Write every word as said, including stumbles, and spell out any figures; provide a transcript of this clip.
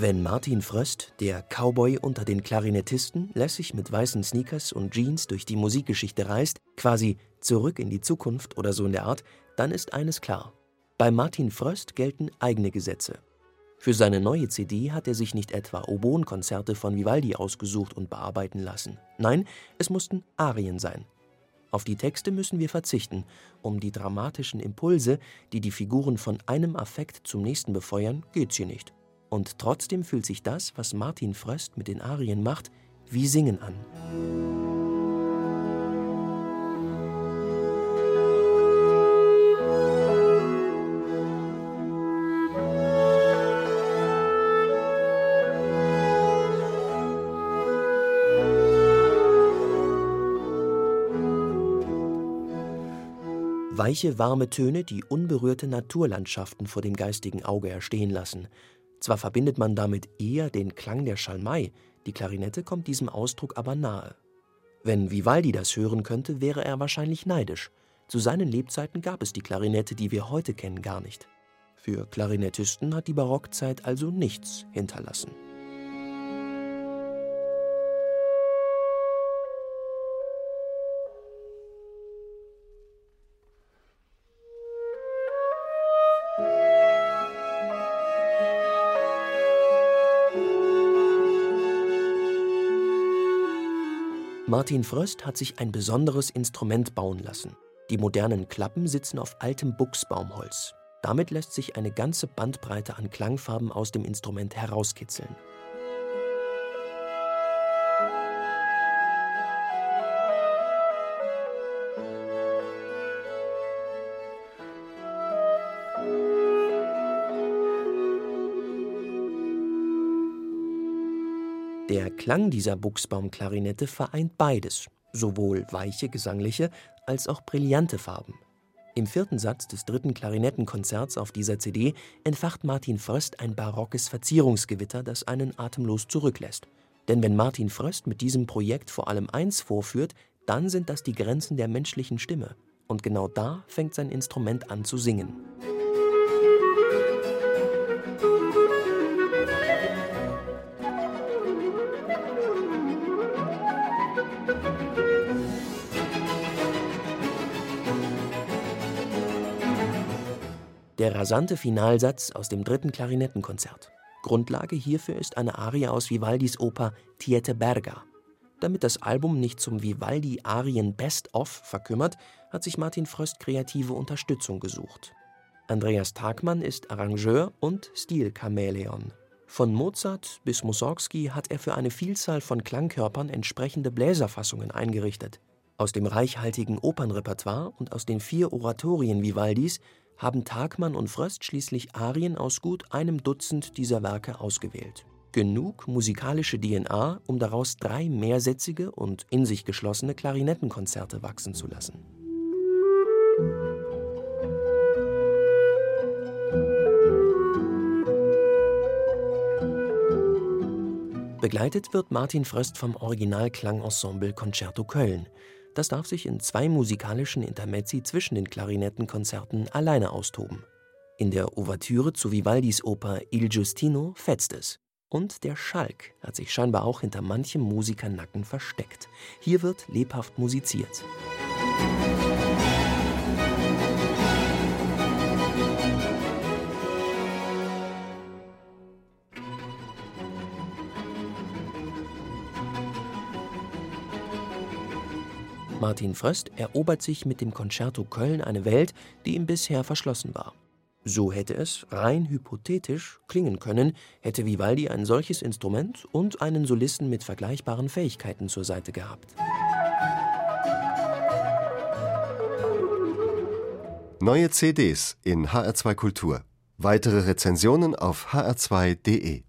Wenn Martin Fröst, der Cowboy unter den Klarinettisten, lässig mit weißen Sneakers und Jeans durch die Musikgeschichte reist, quasi zurück in die Zukunft oder so in der Art, dann ist eines klar: Bei Martin Fröst gelten eigene Gesetze. Für seine neue C D hat er sich nicht etwa Oboenkonzerte von Vivaldi ausgesucht und bearbeiten lassen. Nein, es mussten Arien sein. Auf die Texte müssen wir verzichten, um die dramatischen Impulse, die die Figuren von einem Affekt zum nächsten befeuern, geht's hier nicht. Und trotzdem fühlt sich das, was Martin Fröst mit den Arien macht, wie Singen an. Weiche, warme Töne, die unberührte Naturlandschaften vor dem geistigen Auge erstehen lassen. Zwar verbindet man damit eher den Klang der Schalmei, die Klarinette kommt diesem Ausdruck aber nahe. Wenn Vivaldi das hören könnte, wäre er wahrscheinlich neidisch. Zu seinen Lebzeiten gab es die Klarinette, die wir heute kennen, gar nicht. Für Klarinettisten hat die Barockzeit also nichts hinterlassen. Martin Fröst hat sich ein besonderes Instrument bauen lassen. Die modernen Klappen sitzen auf altem Buchsbaumholz. Damit lässt sich eine ganze Bandbreite an Klangfarben aus dem Instrument herauskitzeln. Der Klang dieser Buchsbaumklarinette vereint beides, sowohl weiche gesangliche als auch brillante Farben. Im vierten Satz des dritten Klarinettenkonzerts auf dieser C D entfacht Martin Fröst ein barockes Verzierungsgewitter, das einen atemlos zurücklässt. Denn wenn Martin Fröst mit diesem Projekt vor allem eins vorführt, dann sind das die Grenzen der menschlichen Stimme. Und genau da fängt sein Instrument an zu singen. Der rasante Finalsatz aus dem dritten Klarinettenkonzert. Grundlage hierfür ist eine Arie aus Vivaldis Oper Tiete Berga. Damit das Album nicht zum Vivaldi-Arien Best-of verkümmert, hat sich Martin Fröst kreative Unterstützung gesucht. Andreas Tagmann ist Arrangeur und Stilchamäleon. Von Mozart bis Mussorgsky hat er für eine Vielzahl von Klangkörpern entsprechende Bläserfassungen eingerichtet. Aus dem reichhaltigen Opernrepertoire und aus den vier Oratorien Vivaldis haben Tagmann und Fröst schließlich Arien aus gut einem Dutzend dieser Werke ausgewählt. Genug musikalische D N A, um daraus drei mehrsätzige und in sich geschlossene Klarinettenkonzerte wachsen zu lassen. Begleitet wird Martin Fröst vom Original-Klangensemble Concerto Köln. Das darf sich in zwei musikalischen Intermezzi zwischen den Klarinettenkonzerten alleine austoben. In der Ouvertüre zu Vivaldis Oper Il Giustino fetzt es. Und der Schalk hat sich scheinbar auch hinter manchem Musikernacken versteckt. Hier wird lebhaft musiziert. Martin Fröst erobert sich mit dem Concerto Köln eine Welt, die ihm bisher verschlossen war. So hätte es, rein hypothetisch, klingen können, hätte Vivaldi ein solches Instrument und einen Solisten mit vergleichbaren Fähigkeiten zur Seite gehabt. Neue C Ds in H R zwei Kultur. Weitere Rezensionen auf h r zwei punkt de.